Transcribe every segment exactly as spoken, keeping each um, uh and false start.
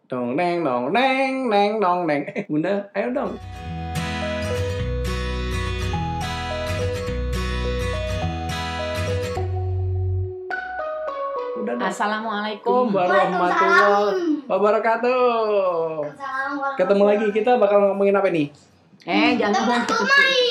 Dong neng dong neng neng dong neng. Eh Bunda, ayo dong. Udah dong. Assalamualaikum warahmatullahi wabarakatuh. Ketemu lagi, kita bakal ngomongin apa nih? Eh, jangan ngomong gitu.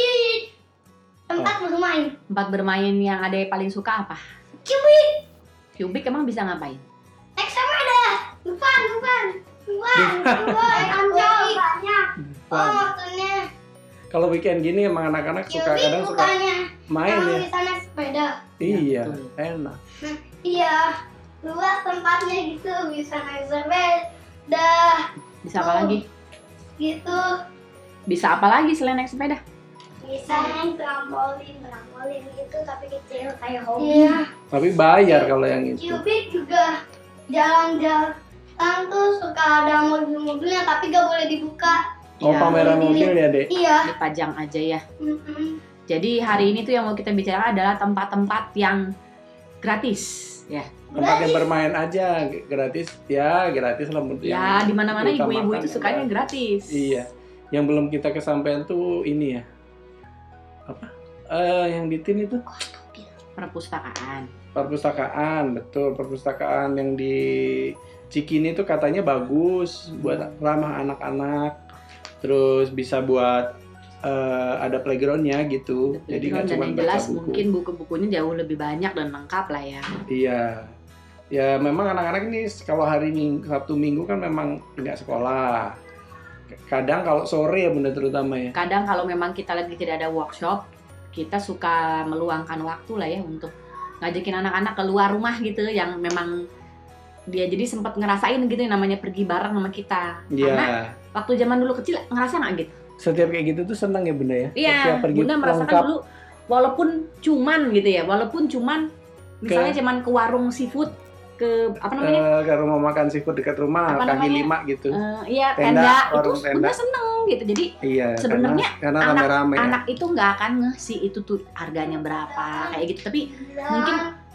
Tempat bermain. Tempat bermain yang ada yang paling suka apa? Cubik. Cubik emang bisa ngapain? Naik sepeda. Bukan, bukan. Bukan, bukan. Ancol banyak. Oh, maksudnya. Kalau weekend gini emang anak-anak suka Cubik kadang suka bukannya main kamu ya. bisa naik sepeda. Iya, betul. enak. Nah, iya. Luas tempatnya gitu, bisa naik sepeda. Bisa apa lagi? Gitu. Bisa apa lagi selain naik sepeda? Bisa naik trampolin, trampolin gitu tapi kecil kayak hobi. Iya. Tapi bayar kalau yang itu. Cubik juga jalan-jalan tuh suka ada mobil-mobilnya tapi gak boleh dibuka. Oh, Ya, pameran Boleh mobil ya, Dek? Iya. dipajang aja ya. Mm-mm. Jadi hari ini tuh yang mau kita bicarakan adalah tempat-tempat yang gratis, ya. Tempat yang bermain aja gratis, ya gratis lah menurut Ya, di mana-mana diutamakan ibu-ibu itu ya, sukanya kan? gratis. Iya. Yang belum kita kesampaian tuh ini ya. Apa? Eh yang di tin itu Perpustakaan. perpustakaan, betul, perpustakaan yang di Cikini itu katanya bagus buat ramah anak-anak. Terus bisa buat eh, ada playgroundnya gitu. Jadi nggak Dan cuma yang baca jelas buku. mungkin buku-bukunya jauh lebih banyak dan lengkap lah ya. Iya. Ya memang anak-anak ini kalau hari Minggu, Sabtu Minggu kan memang nggak sekolah. Kadang kalau sore ya Bunda terutama ya. Kadang kalau memang kita lagi tidak ada workshop, kita suka meluangkan waktu lah ya untuk ngajakin anak-anak keluar rumah gitu yang memang dia jadi sempat ngerasain gitu yang namanya pergi bareng sama kita. Karena Iya. waktu zaman dulu kecil ngerasa nggak gitu? Setiap kayak gitu tuh senang ya Bunda ya. Iya, Setiap pergi Bunda merasakan lengkap. dulu walaupun cuman gitu ya, walaupun cuman misalnya Ke- cuman ke warung seafood, ke apa namanya? Eh, ke rumah makan seafood dekat rumah, Apa kaki namanya? lima gitu. Eh, iya, Tenda, tenda, itu warung tenda. Bunda seneng gitu. Jadi Iya. sebenarnya karena, karena rame-rame ya. anak itu nggak akan ngasih itu tuh harganya berapa kayak gitu, tapi mungkin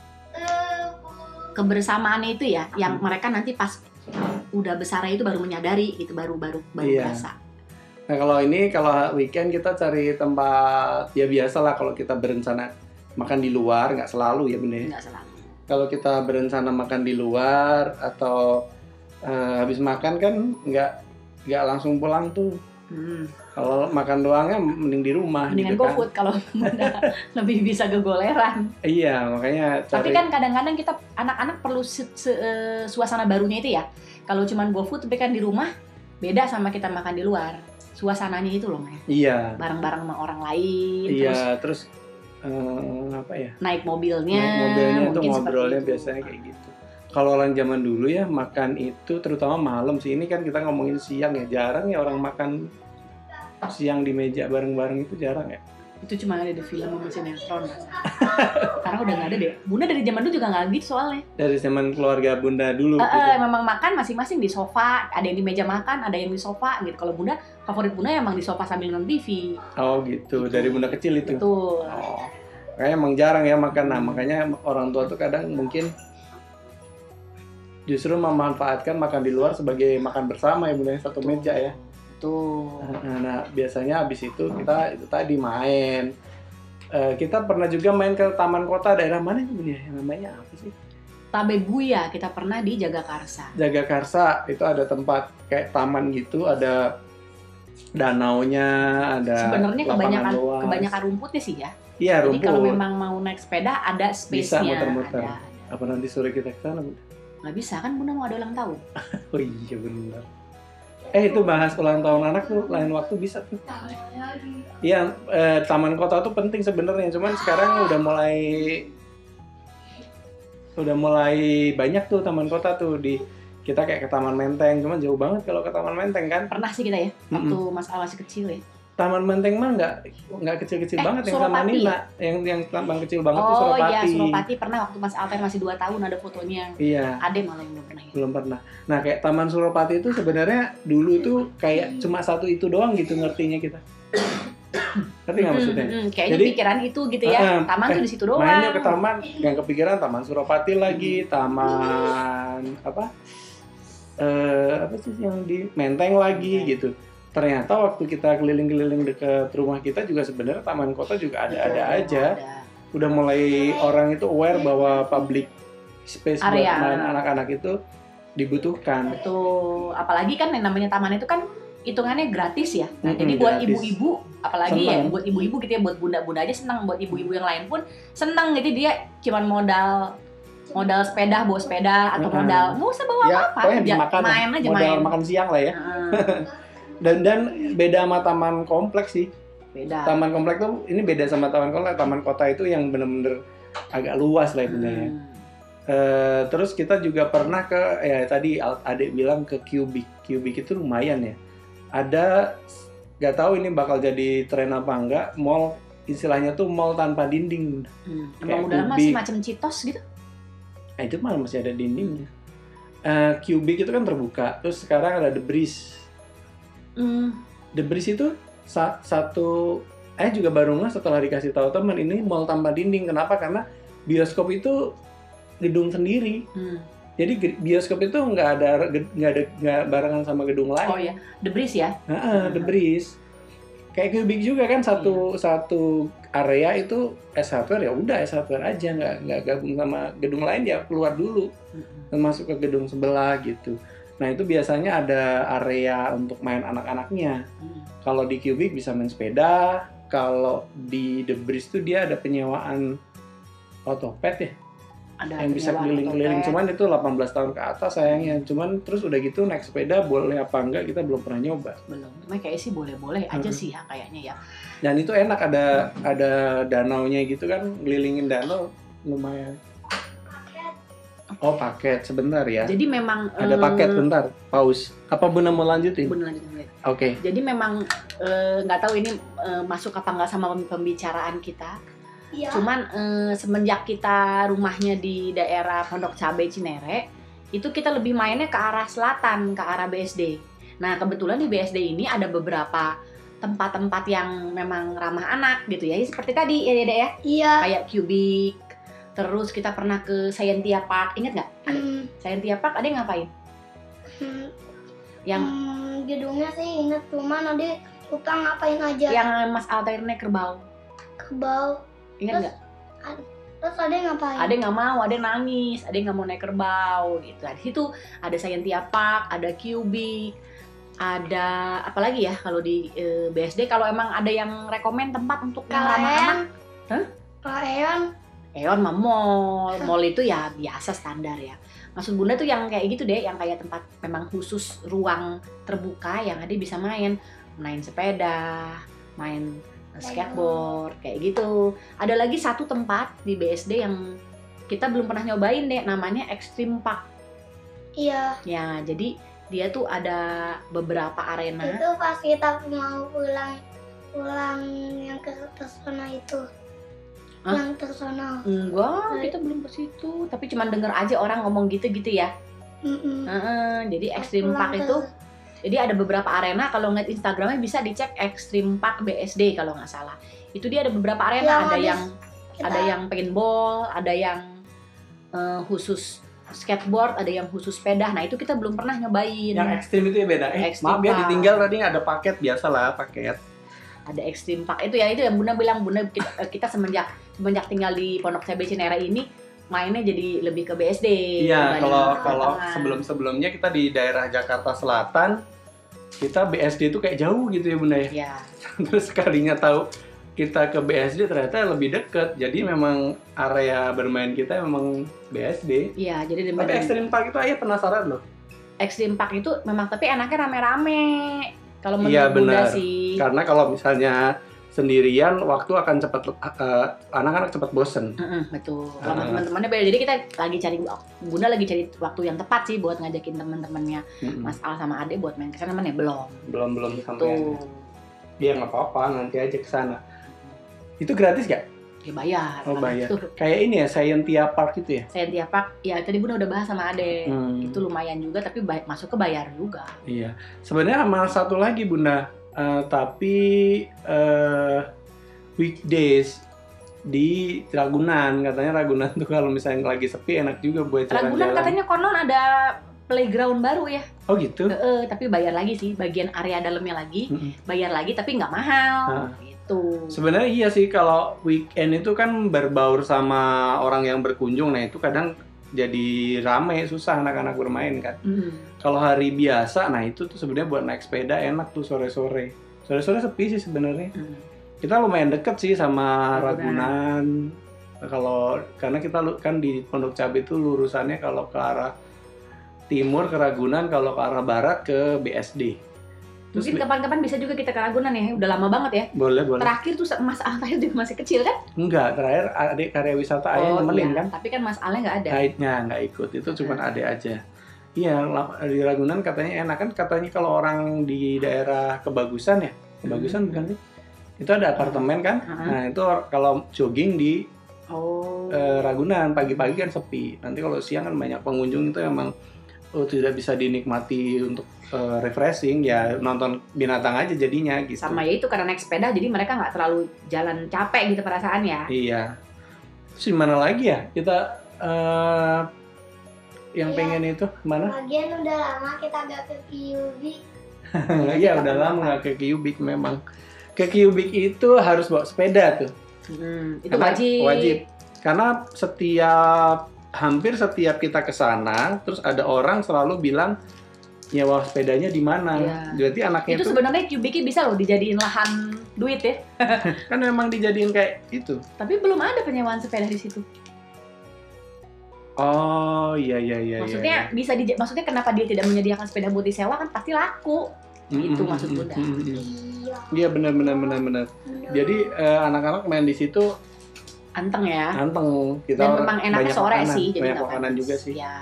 kebersamaannya itu ya yang mereka nanti pas udah besarnya itu baru menyadari gitu, baru baru baru Iya. berasa. Nah kalau ini kalau weekend kita cari tempat ya biasa lah kalau kita berencana makan di luar, nggak selalu ya Bunda ya. Nggak selalu. Kalau kita berencana makan di luar atau eh, habis makan kan nggak nggak langsung pulang tuh. Hmm. Kalau makan doangnya mending di rumah Mendingan gitu kan. GoFood kalau Bunda lebih bisa kegoleran. Iya makanya cari. Tapi kan kadang-kadang kita anak-anak perlu se- se- eh, suasana barunya itu ya. Kalau cuman GoFood tapi kan di rumah beda sama kita makan di luar. Suasananya itu loh, Maya. Iya. Bareng-bareng sama orang lain, Iya terus terus eh, apa ya? naik mobilnya. Naik mobilnya tuh mungkin ngobrolnya seperti itu. biasanya kayak gitu. Kalau orang zaman dulu ya makan itu terutama malam sih, ini kan kita ngomongin siang ya, jarang ya orang makan siang di meja bareng-bareng itu jarang ya. Itu cuma ada di film sama sinetron. Sekarang udah nggak ada deh. Bunda dari zaman dulu juga nggak gitu soalnya. Dari zaman keluarga Bunda dulu Eh, gitu. eh, memang makan masing-masing di sofa. Ada yang di meja makan, ada yang di sofa gitu. Kalau Bunda, favorit Bunda emang di sofa sambil nonton T V. Oh gitu, dari Bunda kecil itu. Betul. Oh, kayaknya emang jarang ya makan. Nah makanya orang tua tuh kadang mungkin justru memanfaatkan makan di luar sebagai makan bersama ya Bunda, satu meja ya. Tuh. Nah, nah, biasanya habis itu kita itu tadi main. Eh, kita pernah juga main ke taman kota daerah mana itu Bunda? Yang namanya apa sih? Tabebuya kita pernah di Jagakarsa. Jagakarsa itu ada tempat kayak taman gitu, ada danaunya, ada Sebenarnya lapangan kebanyakan luas. kebanyakan rumputnya sih ya. Iya, Jadi rumput. kalau memang mau naik sepeda ada Bisa space-nya. muter-muter. Ada. Apa nanti sore kita ke sana, Bunda? Nggak bisa kan Bunda mau ada ulang tahun. Oh iya benar. Eh itu bahas ulang tahun anak tuh lain waktu bisa tuh. Iya, eh, taman kota tuh penting sebenarnya, cuman sekarang udah mulai udah mulai banyak tuh taman kota tuh di kita kayak ke Taman Menteng, cuman jauh banget kalau ke Taman Menteng kan. Pernah sih kita ya, waktu Mas Al masih kecil ya. Taman Menteng mah nggak nggak kecil-kecil Eh, banget yang sama Suropati Nina, yang yang taman kecil banget tuh Oh Suropati. iya, Suropati pernah waktu Mas Alter masih dua tahun ada fotonya. Iya, Ade malah yang belum pernah ya. belum pernah. Nah kayak Taman Suropati itu sebenarnya dulu tuh kayak cuma satu itu doang gitu ngertinya kita. Ngerti nggak maksudnya? Hmm, hmm, kayaknya Jadi, pikiran itu gitu ya. uh, Taman eh, tuh di situ doang. Mainnya ke taman, yang kepikiran Taman Suropati lagi, taman apa? eh, apa sih yang di Menteng lagi Menteng. gitu. Ternyata waktu kita keliling-keliling dekat rumah kita juga sebenarnya taman kota juga ada-ada aja. Ada. Udah mulai orang itu aware bahwa public space buat Area. main anak-anak itu dibutuhkan. Betul. Apalagi kan yang namanya taman itu kan hitungannya gratis ya. Nah, Mm-mm, jadi buat gratis. ibu-ibu, apalagi ya Seneng. buat ibu-ibu gitu ya, buat bunda-bunda aja senang, buat ibu-ibu yang lain pun senang gitu, dia cuman modal modal sepeda, bawa sepeda atau Mm-mm. modal nggak usah bawa Ya, apa-apa, pokoknya ja- dimakan, main aja modal main. makan siang lah ya. Heeh, Dan dan beda sama taman kompleks sih. beda. Taman kompleks tuh ini beda sama taman kota. Taman kota itu yang bener-bener agak luas lah sebenarnya. Hmm. Eh, terus kita juga pernah ke ya tadi Al- Adek bilang ke Cubic. Cubic itu lumayan ya. Ada nggak tahu ini bakal jadi tren apa enggak, mall istilahnya tuh mall tanpa dinding. Hmm. Kayak Emang udah lama sih Kubik. macam Citos gitu. Nah, itu malah masih ada dindingnya. Eh, Cubic itu kan terbuka. Terus sekarang ada The Breeze. Hmm. The Breeze itu sa- satu eh juga baru nggak setelah dikasih tahu teman ini mall tanpa dinding. Kenapa? Karena bioskop itu gedung sendiri. Hmm. Jadi ge- bioskop itu nggak ada nggak ada nggak barengan sama gedung lain. Oh ya, The Breeze ya. Heeh, The Breeze. Kayak Cubic juga kan satu satu area itu S Hardware ya udah S Hardware aja, nggak nggak gabung sama gedung lain, ya keluar dulu Hmm. dan masuk ke gedung sebelah gitu. Nah itu biasanya ada area untuk main anak-anaknya. Hmm. Kalau di Cubic bisa main sepeda, kalau di The Breeze tuh dia ada penyewaan otopet ya, Ada yang bisa penyewaan keliling-keliling. otopet. Cuman itu delapan belas tahun ke atas sayangnya. Cuman terus udah gitu naik sepeda boleh apa enggak kita belum pernah nyoba. Belum. Cuma kayak sih boleh-boleh aja Hmm. sih ya kayaknya ya. Dan itu enak, ada ada danaunya gitu kan, ngelilingin danau lumayan. Oh paket, sebentar ya. Jadi memang Ada eh, paket, bentar, pause. Apa Bunda mau lanjutin? Bunda lanjut, lanjut. Oke. Jadi memang eh, nggak tahu ini eh, masuk apa nggak sama pembicaraan kita. Iya. Cuman eh, semenjak kita rumahnya di daerah Pondok Cabe Cinere, itu kita lebih mainnya ke arah selatan, ke arah B S D. Nah kebetulan di B S D ini ada beberapa tempat-tempat yang memang ramah anak gitu ya. Seperti tadi ya Dede ya, Iya. kayak Cubic. Terus kita pernah ke Scientia Park, ingat nggak? Ada Hmm, Scientia Park, ada yang ngapain? hmm, Yang hmm, gedungnya sih inget, cuman nanti lupa ngapain aja. yang Mas Altair naik kerbau, Kebau. ingat Terus- nggak? Terus ada yang ngapain? Ada yang nggak mau, ada yang nangis, ada yang nggak mau naik kerbau gitu. Di situ ada Scientia Park, ada Cubic, ada apa lagi ya kalau di eh, B S D. Kalau emang ada yang rekomen tempat untuk yang ramah anak, Kalian? Hah? Kalian? Eon mah mall, mall itu ya biasa standar ya. Maksud Bunda tuh yang kayak gitu deh, yang kayak tempat memang khusus ruang terbuka yang ada bisa main, main sepeda, main skateboard kayak gitu. Ada lagi satu tempat di B S D yang kita belum pernah nyobain deh, namanya Extreme Park. Iya. Ya, jadi dia tuh ada beberapa arena. Itu pas kita mau pulang pulang yang ke tersono itu. Hah? Yang tersono. Enggak, kita belum ke situ, tapi cuman denger aja orang ngomong gitu-gitu ya. Mm-mm. Heeh, jadi Pas Extreme pulang Park ke- itu, jadi ada beberapa arena. Kalau ngeliat Instagramnya bisa dicek Extreme Park B S D kalau nggak salah. Itu dia ada beberapa arena, Yang ada habis yang kita- ada yang paintball, ada yang eh, khusus skateboard, ada yang khusus sepeda. Nah itu kita belum pernah nyobain. Yang ekstrim itu ya beda. Eh, Extreme maaf ya Park. ditinggal tadi ada paket biasa lah, paket. Ada Extreme Park itu ya, itu yang Bunda bilang, Bunda kita, kita semenjak semenjak tinggal di Pondok Cabe Cinere ini mainnya jadi lebih ke B S D. Iya, dibanding kalau ke kalau tengah. sebelum-sebelumnya kita di daerah Jakarta Selatan, kita B S D itu kayak jauh gitu ya Bunda ya. Ya, Terus sekalinya tahu kita ke B S D ternyata lebih deket. Jadi memang area bermain kita memang B S D. iya jadi Tapi dibanding Extreme Park itu aja penasaran loh. Extreme Park itu memang tapi enaknya rame-rame. Kalau menurut Iya, Bunda benar. sih. Karena kalau misalnya sendirian waktu akan cepat eh, anak-anak cepat bosen. Heeh, betul. Kalau Ah. teman-temannya beda. Jadi kita lagi cari, Bunda lagi cari waktu yang tepat sih buat ngajakin teman-temannya Mm-mm. Mas Al sama Ade buat main ke sana, ya belum. Belum belum Tuh. sampai. Iya nggak apa-apa, nanti aja ke sana. Itu gratis gak? Ya bayar. Oh, bayar. Tuh, Kayak ini ya, Scientia Park itu ya? Scientia Park, ya tadi Bunda udah bahas sama Ade. Hmm. Itu lumayan juga, tapi bay- masuk ke bayar juga. Iya. Sebenarnya sama satu lagi Bunda, Eh, tapi eh, weekdays di Ragunan, katanya Ragunan tuh kalau misalnya lagi sepi enak juga buat Ragunan jalan-jalan. katanya konon ada playground baru ya. Oh gitu. E -e, tapi bayar lagi sih, bagian area dalamnya lagi, Mm-mm. bayar lagi tapi nggak mahal. Nah. Gitu. Sebenarnya iya sih, kalau weekend itu kan berbaur sama orang yang berkunjung, nah itu kadang jadi rame, susah anak-anak bermain kan. Mm. Kalau hari biasa, nah itu tuh sebenarnya buat naik sepeda enak tuh sore-sore. Sore-sore sepi sih sebenarnya. Mm. Kita lumayan deket sih sama Ragunan. Ragunan. Kalau karena kita lu- kan di Pondok Cabe itu lurusannya kalau ke arah timur ke Ragunan, kalau ke arah barat ke B S D. Terus Mungkin kapan-kapan bisa juga kita ke Ragunan ya, udah lama banget ya. boleh boleh. Terakhir tuh Mas Altair juga masih kecil kan? Enggak, terakhir adik karya wisata ayah nemenin iya. kan. Tapi kan Mas Alnya nggak ada. Haidnya nggak ikut, itu cuma Hmm. adik aja. Iya, la- di Ragunan katanya enak kan, katanya kalau orang di daerah Kebagusan ya, Kebagusan Hmm. bukan sih? Itu ada apartemen kan, Hmm. nah itu or- kalau jogging di Oh. eh, Ragunan pagi-pagi kan sepi. Nanti kalau siang kan banyak pengunjung, itu emang oh, tidak bisa dinikmati untuk eh, refreshing, ya nonton binatang aja jadinya gitu. Sama ya itu karena naik sepeda jadi mereka nggak terlalu jalan capek gitu perasaan ya. Iya. Terus di mana lagi ya kita eh, yang Iya. pengen itu mana? Lagian udah lama kita gak ke Q B. Iya udah lama nggak ke Kyubik memang. Ke Kyubik itu harus bawa sepeda tuh. Hmm, itu Karena wajib. Wajib. Karena setiap hampir setiap kita ke sana, terus ada orang selalu bilang nyewa sepedanya di mana. Iya. Berarti anaknya Itu itu sebenarnya Kubiknya bisa loh dijadiin lahan duit ya. kan memang dijadiin kayak itu. Tapi belum ada penyewaan sepeda di situ. Oh iya iya iya. Maksudnya iya, bisa di, maksudnya kenapa dia tidak menyediakan sepeda buat disewa kan pasti laku. iya. Itu Mm, maksud mm, Bunda. mm, mm, mm. Iya. Iya benar benar benar benar. Jadi eh, anak-anak main di situ Anteng ya. anteng. Kita Dan memang enaknya banyak sore makanan, sih, jadi banyak nggak makanan panas. juga sih. Ya.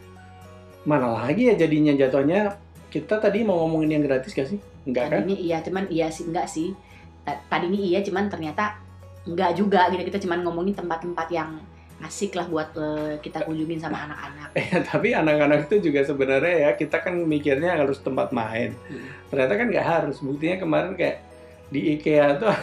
Mana lagi ya jadinya jatuhnya, kita tadi mau ngomongin yang gratis gak sih? Enggak kan? Tadinya iya, cuman iya sih enggak sih. Ta- Tadinya iya, cuman ternyata enggak juga gitu. Kita cuman ngomongin tempat-tempat yang asik lah buat eh, kita kunjungin sama anak-anak. Eh, tapi anak-anak itu juga sebenarnya ya, kita kan mikirnya harus tempat main. Hmm. Ternyata kan nggak harus. Buktinya kemarin kayak di IKEA tuh,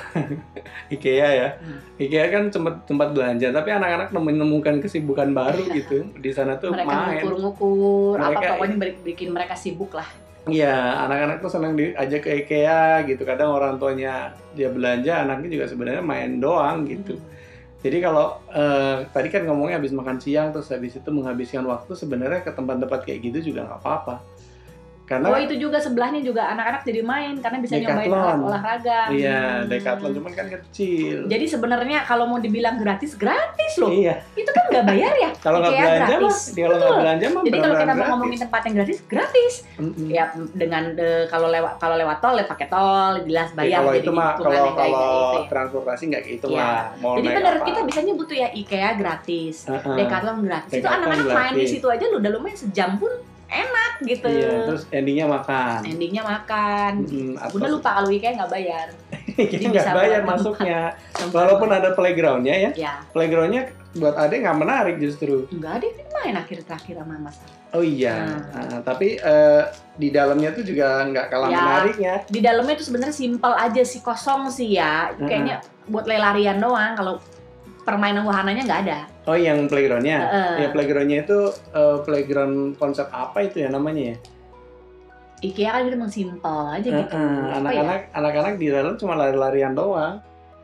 IKEA ya. Hmm. IKEA kan tempat tempat belanja, tapi anak-anak menemukan kesibukan baru gitu. Di sana tuh Mereka main. ngukur-ngukur, apa Mereka- pokoknya ber- bikin mereka sibuk lah. Iya, anak-anak tuh senang diajak ke IKEA gitu. Kadang orang tuanya dia belanja, anaknya juga sebenarnya main doang gitu. Jadi kalau eh, tadi kan ngomongnya habis makan siang terus habis itu menghabiskan waktu, sebenarnya ke tempat-tempat kayak gitu juga nggak apa-apa. Karena Oh itu juga sebelahnya juga anak-anak jadi main karena bisa nyobain Decathlon. alat olahraga. iya, Hmm. Decathlon cuman kan kecil. Jadi sebenarnya kalau mau dibilang gratis, gratis loh. Iya, Itu kan nggak bayar ya. kalau nggak IKEA belanja mah, gratis. kalau nggak Betul. belanja mah Jadi kalau kita beneran mau gratis. ngomongin tempat yang gratis, gratis. Mm-mm. Ya dengan eh, kalau lewat kalau lewat tol ya pakai tol, jelas Ya, bayar. kalau jadi itu mah hitungan kalau yang kayak kalau gitu ya. transportasi nggak gitu Iya. mah. Mau Jadi naik benar apa. kita bisanya butuh ya IKEA gratis, Heeh. Decathlon gratis. Itu Decathlon anak-anak main di gratis. situ aja lu udah lumayan sejam pun enak gitu. Iya, terus endingnya makan. Endingnya makan. Mm-mm, atau- Bunda lupa kalau IKEA nggak bayar. Kita Jadi nggak bisa bayar buat masuknya. Walaupun ada playgroundnya ya, Ya, playgroundnya buat adek nggak menarik justru. enggak deh, main akhir terakhir sama Mas. Oh iya, Nah. Nah, tapi eh, di dalamnya tuh juga nggak kalah Ya. menariknya. Di dalamnya itu sebenarnya simpel aja sih, kosong sih ya. Kayaknya buat lelarian doang. Kalau permainan wahananya nggak ada. Oh yang playgroundnya, Heeh. ya playgroundnya itu eh, playground konsep apa itu ya namanya ya? IKEA kan itu emang simpel aja gitu. Heeh, Apa ya? anak-anak anak-anak di dalam cuma lari-larian doang.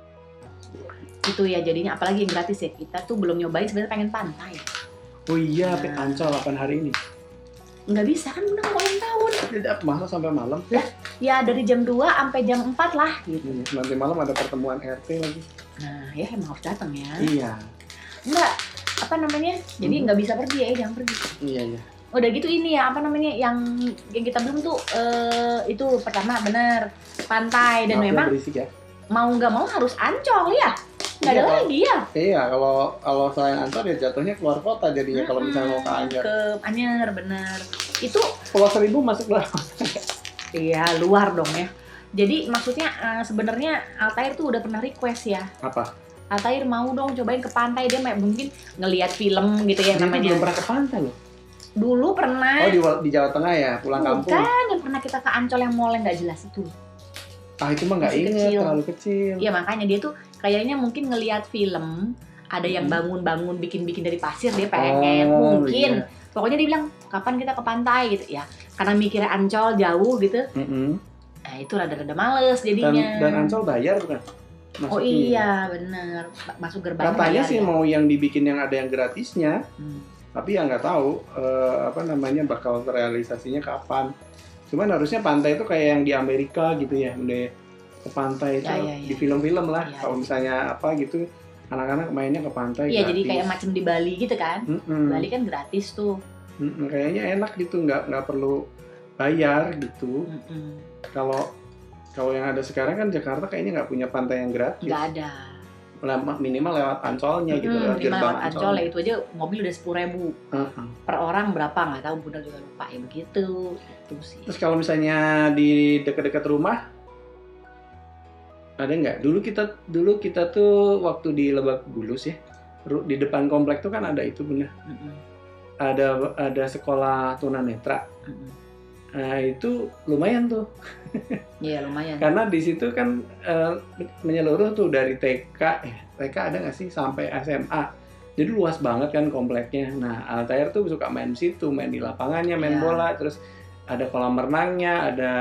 Itu ya jadinya apalagi yang gratis ya. Kita tuh belum nyobain sebenarnya pengen pantai. Oh iya, Nah. sampai Ancol delapan hari ini. Nggak bisa kan Bunda mau ulang tahun. Tidak masa sampai malam. Ya dari jam dua sampai jam empat lah gitu. Hmm, Nanti malam ada pertemuan R T lagi. Nah, ya emang harus datang ya. Iya, Enggak, apa namanya? Jadi Hmm. nggak bisa pergi ya, jangan pergi. iya iya. Udah gitu ini ya, apa namanya? Yang yang kita belum tuh eh, itu pertama bener pantai dan Maaf ya, memang berisik ya. mau nggak mau harus Ancol ya. Nggak ada Iya, Pak. lagi ya. Iya, kalau kalau selain Ancol ya jatuhnya keluar kota jadinya kalau misalnya mau ke Mm-mm, Anyer. Ke Anyer bener. Itu Pulau Seribu masuk luar. iya luar dong ya. Jadi maksudnya eh, sebenarnya Altair tuh udah pernah request ya. Apa? Altair mau dong cobain ke pantai, dia kayak mungkin ngelihat film gitu ya Dia kan namanya. belum pernah ke pantai loh. Dulu pernah. Oh di di Jawa Tengah ya, pulang kampung. Bukan, yang pernah kita ke Ancol yang mall yang nggak jelas itu. Ah itu mah nggak Masih inget, kecil. terlalu kecil. Iya makanya dia tuh kayaknya mungkin ngelihat film ada yang Hmm. bangun-bangun bikin-bikin dari pasir dia pengen Oh, mungkin iya. pokoknya dia bilang kapan kita ke pantai gitu ya. Karena mikirnya Ancol jauh gitu. Mm-mm. Nah, itu rada-rada males Dan, jadinya. dan Ancol bayar bukan? Oh Masuknya. iya, bener. Masuk gerbang Katanya bayar, sih ya. mau yang dibikin yang ada yang gratisnya, Hmm. tapi ya nggak tahu eh, apa namanya bakal terrealisasinya kapan. Cuman harusnya pantai itu kayak yang di Amerika gitu ya, udah ke pantai itu Ya, ya, ya. di film-film lah. Ya, Kalau ya. misalnya apa gitu, anak-anak mainnya ke pantai. Iya, jadi gratis. kayak macam di Bali gitu kan. Mm-mm. Bali kan gratis tuh. Mm-mm, kayaknya enak gitu, nggak nggak perlu bayar gitu. Mm-mm. Kalau kalau yang ada sekarang kan Jakarta kayaknya nggak punya pantai yang gratis. Nggak ada. Lem- minimal lewat Ancolnya gitu, Hmm, lewat lima gerbang lewat Ancol Ancolnya. ya itu aja mobil udah sepuluh ribu Uh-uh. per orang berapa nggak tahu, Bunda juga lupa ya begitu. Itu sih. Terus kalau misalnya di dekat-dekat rumah ada nggak? Dulu kita dulu kita tuh waktu di Lebak Bulus ya, ru- di depan komplek tuh kan ada itu Bunda. Mm-mm. Ada ada sekolah tunanetra. Mm-mm. Nah, itu lumayan tuh. Iya lumayan. Karena di situ kan eh, menyeluruh tuh dari T K, eh, T K ada nggak sih sampai S M A. Jadi luas banget kan kompleknya. Nah, Altair tuh suka main di situ, main di lapangannya, main Iya. bola, terus ada kolam renangnya, ada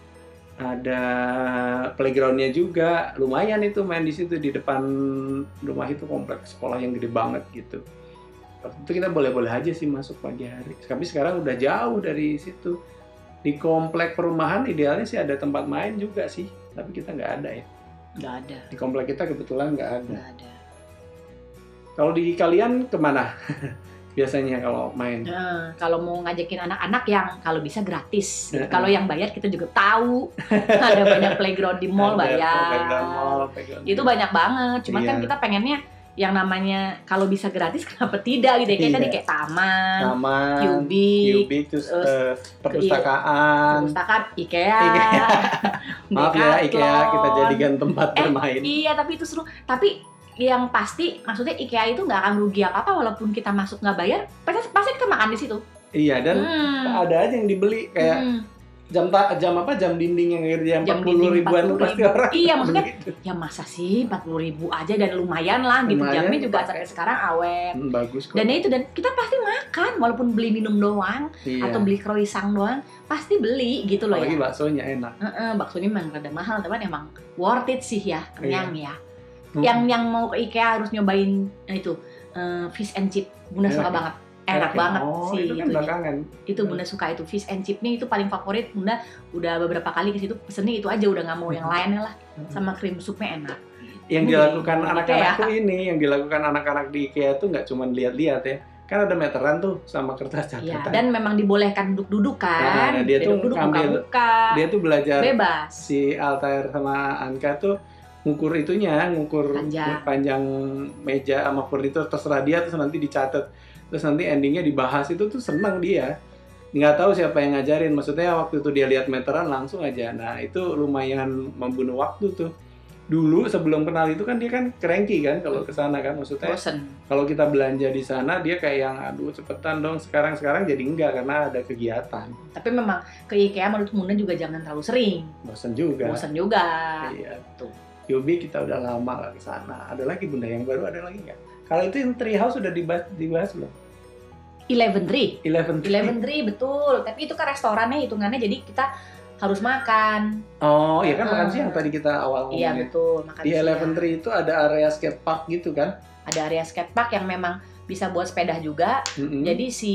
ada playgroundnya juga. Lumayan itu main di situ di depan rumah itu, kompleks sekolah yang gede banget gitu. Waktu itu kita boleh-boleh aja sih masuk pagi hari. Tapi sekarang udah jauh dari situ. Di komplek perumahan idealnya sih ada tempat main juga sih, tapi kita nggak ada ya. Nggak ada. Di komplek kita kebetulan nggak ada. Nggak ada. Kalau di kalian kemana biasanya kalau main? Nah, kalau mau ngajakin anak-anak yang kalau bisa gratis. Gitu. Heeh. Kalau yang bayar kita juga tahu. Ada banyak playground di mall Ada bayar. playground mall, playground Itu banyak banget. Cuman Iya. kan kita pengennya yang namanya kalau bisa gratis kenapa tidak gitu ya. Kayak Iya. tadi kayak taman, taman, Cubic, Cubic, terus terus eh, perpustakaan. perpustakaan, IKEA. IKEA. Maaf ya Decathlon. IKEA kita jadikan tempat Eh, bermain. Iya, tapi itu seru. Tapi yang pasti, maksudnya IKEA itu nggak akan rugi apa-apa walaupun kita masuk nggak bayar, pasti, pasti kita makan di situ. Iya, dan Hmm. ada aja yang dibeli kayak Hmm. jam ta- jam apa jam dinding yang jam Jam empat puluh dinding ribuan tuh empat puluh pasti ribu. orang. Iya, maksudnya beli. ya masa sih empat puluh ribu aja dan lumayan lah gitu. Lumayan, Jamnya juga pakai. sampai sekarang awet. Hmm, bagus kok. Dan ya itu, dan kita pasti makan walaupun beli minum doang Iya. atau beli croissant doang, pasti beli gitu loh Apalagi ya. baksonya enak. Heeh, baksonya memang rada mahal, tapi emang worth it sih ya, kenyang ya. Hmm. Yang yang mau ke IKEA harus nyobain nah itu eh, fish and chip. Bunda Enak suka ya? banget. Enak ya? banget Oh, sih itu kan itunya. belakangan. Itu Bunda suka itu fish and chipnya, itu paling favorit. Bunda udah beberapa kali ke situ pesennya itu aja, udah nggak mau yang lainnya lah. Sama cream soupnya enak. Yang Beli dilakukan di anak-anak IKEA. tuh ini, yang dilakukan anak-anak di IKEA tuh nggak cuma lihat-lihat ya. Kan ada meteran tuh sama kertas Iya, catatan. dan memang dibolehkan duduk-duduk kan. Nah, dia tuh duduk ngambil- buka-buka. Dia tuh belajar Bebas. si Altair sama Anka tuh ngukur itunya, ngukur Panjang. panjang meja sama furnitur, terserah dia, terus nanti dicatat, terus nanti endingnya dibahas. Itu tuh senang dia, nggak tahu siapa yang ngajarin, maksudnya waktu itu dia lihat meteran langsung aja. Nah itu lumayan membunuh waktu tuh. Dulu sebelum kenal itu kan dia kan cranky kan kalau ke sana kan, maksudnya Bosen. kalau kita belanja di sana dia kayak yang aduh cepetan dong, sekarang sekarang jadi enggak karena ada kegiatan. Tapi memang ke IKEA menurut Bunda juga jangan terlalu sering. Bosen juga. Bosen juga. Iya. Tuh. Yubi kita udah lama nggak ke sana. Ada lagi Bunda yang baru, ada lagi nggak? Kalau itu yang Treehouse sudah dibahas, dibahas belum? Eleven Tree. Eleven Tree. Eleven Tree betul. Tapi itu kan restorannya hitungannya, jadi kita harus makan. Oh iya kan makan Ah. siang tadi kita awal Iya ngomongin. betul. Makan Di siang. Eleven Tree itu ada area skate park gitu kan? Ada area skatepark yang memang bisa buat sepeda juga. Mm-mm. Jadi si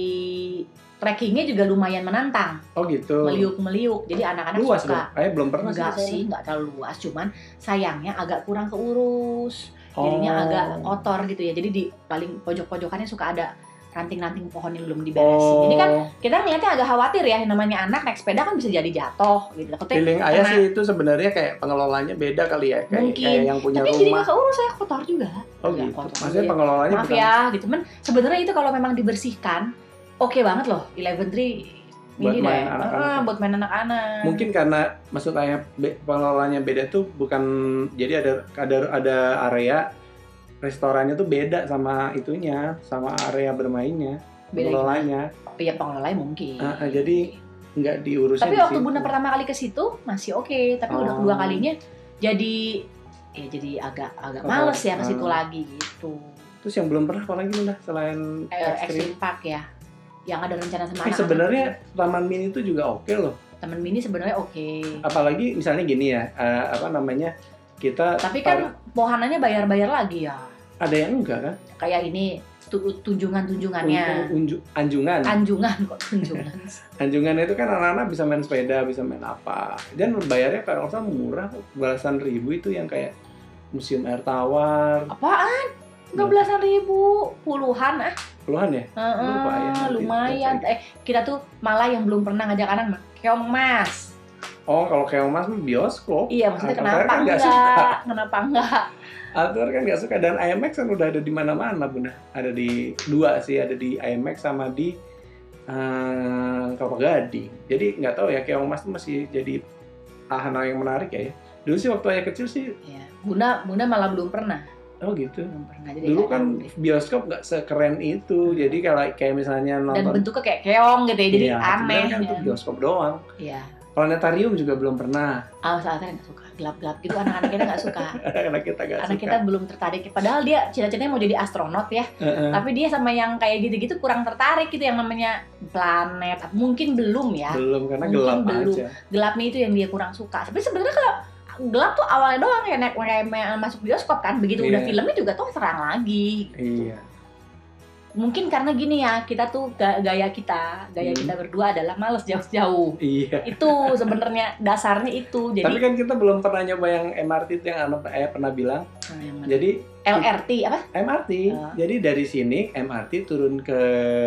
trekkingnya juga lumayan menantang. Oh gitu. Meliuk-meliuk. Jadi anak-anak Luas suka. dong. Saya belum pernah Enggak ke sana. sih, enggak terlalu luas, cuman sayangnya agak kurang keurus. Oh. Jadinya agak kotor gitu ya. Jadi di paling pojok-pojokannya suka ada ranting-ranting pohon yang belum diberesin. Oh. Jadi kan kita ngeliatnya agak khawatir ya, yang namanya anak naik sepeda kan bisa jadi jatuh gitu. Takutnya Feeling ayah kena- sih itu sebenarnya kayak pengelolanya beda kali ya, kayak, Mungkin. kayak yang punya tapi jadi rumah. nggak keurus, saya kotor juga. Oh Agak gitu. kotor Maksudnya juga. pengelolanya Maaf bukan. ya, gitu. Men sebenarnya itu kalau memang dibersihkan, oke banget loh. Eleven Tree Buat ini main deh. anak-anak. Ah, buat main anak-anak. Mungkin karena maksud ayah be- pengelolanya beda tuh bukan, jadi ada ada ada area restorannya tuh beda sama itunya, sama area bermainnya, Beda pengelolanya. ya pengelolanya mungkin. Ah, ah, jadi nggak diurusnya Tapi di waktu situ. Bunda pertama kali ke situ masih oke, tapi udah Oh. kedua kalinya jadi ya jadi agak agak Oh, males ya ke situ ah. lagi gitu. Terus yang belum pernah apa lagi Bunda selain Eh, ekstrim? Extreme Park ya. yang ada rencana sama Eh, anak-anak. sebenarnya Taman Mini itu juga oke loh. Taman Mini sebenarnya oke. Apalagi misalnya gini ya, uh, apa namanya, kita Tapi kan pohanannya bayar-bayar lagi ya. ada yang enggak kan? Kayak ini tu- tunjungan-tunjungannya. Unju, anjungan. Anjungan kok tunjungan. Anjungan itu kan anak-anak bisa main sepeda, bisa main apa. Dan bayarnya kalau nggak salah murah, belasan ribu itu yang kayak Museum Air Tawar. Apaan? Nggak belasan ribu, puluhan ah. Puluhan ya? Heeh, Lupa ya, nanti lumayan. kita Eh, kita tuh malah yang belum pernah ngajak anak mah keong mas. Oh, kalau kayak Mas mah bioskop. Iya, maksudnya Altar kenapa kan nggak enggak? suka. Kenapa enggak? Altar kan nggak suka, dan I M X kan udah ada di mana-mana, Bunda. Ada di dua sih, ada di I M X sama di uh, Kelapa Gading. Jadi nggak tahu ya, Keong Mas itu masih jadi hal yang menarik ya. Dulu sih waktu ayah kecil sih, Iya. Bunda, Bunda malah belum pernah. oh gitu. Belum pernah. Jadi Dulu nggak kan tahu. bioskop nggak sekeren itu. Jadi kalau kayak misalnya Dan nonton, bentuknya kayak keong gitu ya, jadi iya, aneh. sebenarnya kan itu ya. bioskop doang. Iya. Planetarium juga belum pernah. Ah, saat nggak suka gelap-gelap gitu, anak-anak kita nggak suka. Anak kita nggak Anak suka. kita belum tertarik. Padahal dia cita-citanya mau jadi astronot ya. Heeh. Tapi dia sama yang kayak gitu-gitu kurang tertarik gitu, yang namanya planet. Mungkin belum ya. Belum, karena Mungkin gelap belum. aja. Gelapnya itu yang dia kurang suka. Tapi sebenarnya kalau gelap tuh awalnya doang ya, naik kayak masuk bioskop kan. Begitu udah Iya. filmnya juga tuh terang lagi. Iya. Mungkin karena gini ya, kita tuh ga- gaya kita, gaya Hmm. kita berdua adalah males jauh-jauh. Iya. Itu sebenarnya dasarnya itu. Jadi Tapi kan kita belum pernah nyoba yang M R T itu yang anak eh pernah bilang. Nah, yang mana? Jadi L R T apa? M R T. Oh. Jadi dari sini M R T turun ke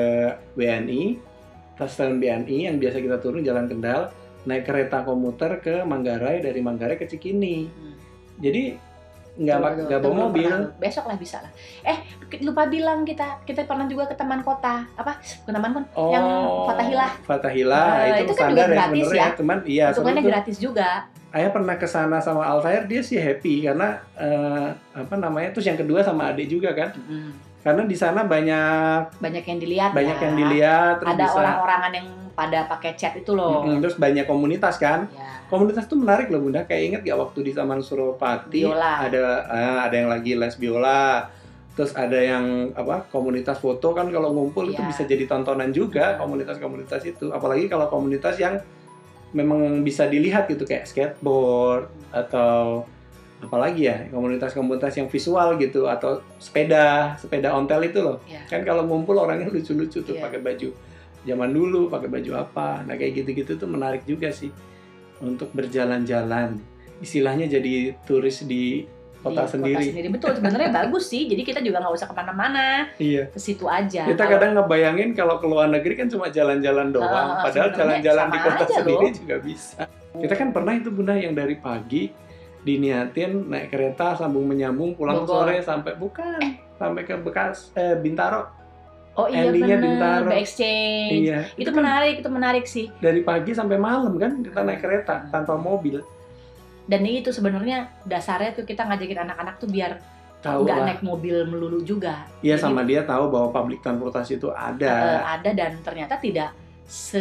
B N I, stasiun B N I yang biasa kita turun Jalan Kendal, naik kereta komuter ke Manggarai, dari Manggarai ke Cikini. Hmm. Jadi nggak Tuh, mak- tuh, nggak tuh, bawa belum mobil. pernah. Besok lah bisa lah. Eh, lupa bilang kita, kita pernah juga ke Taman Kota. Apa? Bukan Taman Kota, Oh, yang Fathahilah. Fathahilah Nah, itu, itu kan standar juga ya gratis sebenarnya. ya. Cuman iya, Hitungannya sebenarnya gratis juga. Ayah pernah ke sana sama Altair, dia sih happy karena eh, apa namanya? Terus yang kedua sama adik juga kan. Mm. Karena di sana banyak Banyak yang dilihat banyak ya. yang dilihat, terus Ada bisa orang-orangan yang pada pakai chat itu loh. Mm-mm, terus banyak komunitas kan. Ya. Komunitas tuh menarik loh Bunda. Kayak inget gak waktu di Taman Suropati Biola. ada ah, ada yang lagi les biola. Terus ada yang apa komunitas foto kan, kalau ngumpul itu Iya. bisa jadi tontonan juga komunitas-komunitas itu. Apalagi kalau komunitas yang memang bisa dilihat gitu kayak skateboard atau apalagi ya komunitas-komunitas yang visual gitu, atau sepeda sepeda ontel itu loh. Iya. Kan kalau ngumpul orangnya lucu-lucu tuh Iya. pakai baju zaman dulu, pakai baju apa. Nah kayak gitu-gitu tuh menarik juga sih untuk berjalan-jalan. Istilahnya jadi turis di kota Di sendiri. Kota sendiri. Betul, sebenarnya bagus sih. Jadi kita juga nggak usah kemana-mana, Iya. ke situ aja. Kita Kalau- kadang ngebayangin kalau ke luar negeri kan cuma jalan-jalan doang. Ah, Padahal sebenarnya jalan-jalan di sama kota aja sendiri loh. juga bisa. Kita kan pernah itu Bunda yang dari pagi diniatin naik kereta sambung menyambung pulang Bogor. sore sampai bukan sampai ke Bekas eh, Bintaro. Oh iya endingnya bener, Bintaro. Exchange. Iya. Itu kan menarik, itu menarik sih. dari pagi sampai malam kan kita naik kereta tanpa mobil. Dan itu sebenarnya dasarnya tuh kita ngajakin anak-anak tuh biar Tahu nggak lah. naik mobil melulu juga. Iya, Jadi, sama dia tahu bahwa public transportasi itu eh, ada. ada dan ternyata tidak se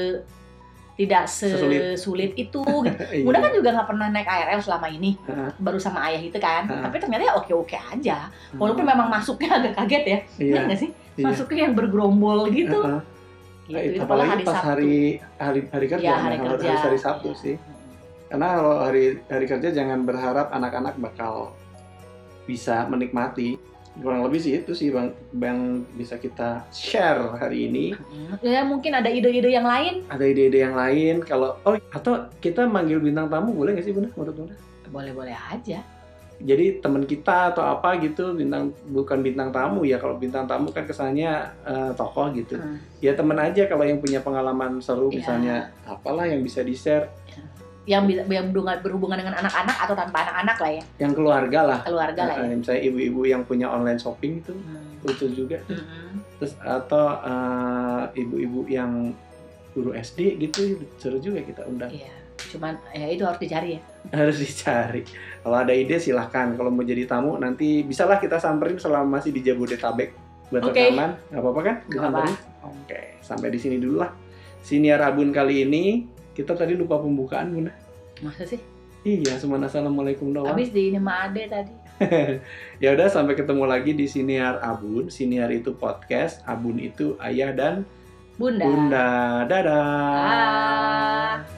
tidak Sesulit. sesulit itu. Gitu. Iya. Bunda kan juga nggak pernah naik K R L selama ini, Heeh. baru sama ayah itu kan. Heeh. Tapi ternyata ya oke-oke aja. Walaupun memang masuknya agak kaget ya, Iya. bener nggak sih? Iya. Masuknya yang bergerombol gitu. Heeh. Gitu. Itu Itu malah apalagi hari pas Sabtu. hari hari hari kerja, Ya, hari nah, kerja. harus hari Sabtu Ya. sih. Karena kalau hari hari kerja jangan berharap anak-anak bakal bisa menikmati. Kurang lebih sih itu sih bang, bang bisa kita share hari ini. Hmm. Ya mungkin ada ide-ide yang lain. Ada ide-ide yang lain kalau oh atau kita manggil bintang tamu boleh nggak sih Bunda? Menurut Bunda? Boleh-boleh aja. Jadi teman kita atau apa gitu, bintang bukan bintang tamu ya. Kalau bintang tamu kan kesannya eh, tokoh gitu. Hmm. Ya teman aja kalau yang punya pengalaman seru Iya. misalnya apalah yang bisa di-share, Yang bisa yang berhubungan- berhubungan dengan anak-anak atau tanpa anak-anak lah ya, yang keluarga lah. keluarga lah ya. Eh, misalnya ibu-ibu yang punya online shopping itu Hmm. lucu juga. Mm-mm. Terus atau eh, ibu-ibu yang guru S D gitu seru juga kita undang. Iya. Cuman ya itu harus dicari ya. Harus dicari. Kalau ada ide silahkan. Kalau mau jadi tamu nanti bisalah kita samperin selama masih di Jabodetabek buat Oke. rekaman. Nggak apa-apa kan? Nggak apa-apa. Disamperin? Oke, sampai di sini dulu lah. Siniar Abun kali ini kita tadi lupa pembukaan Bunda. Masa sih? Iya, cuma assalamualaikum doang. Habis di ini sama Ade tadi. Ya udah, sampai ketemu lagi di Siniar Abun. Siniar itu podcast, Abun itu ayah dan Bunda. Bunda. Dadah. Ah.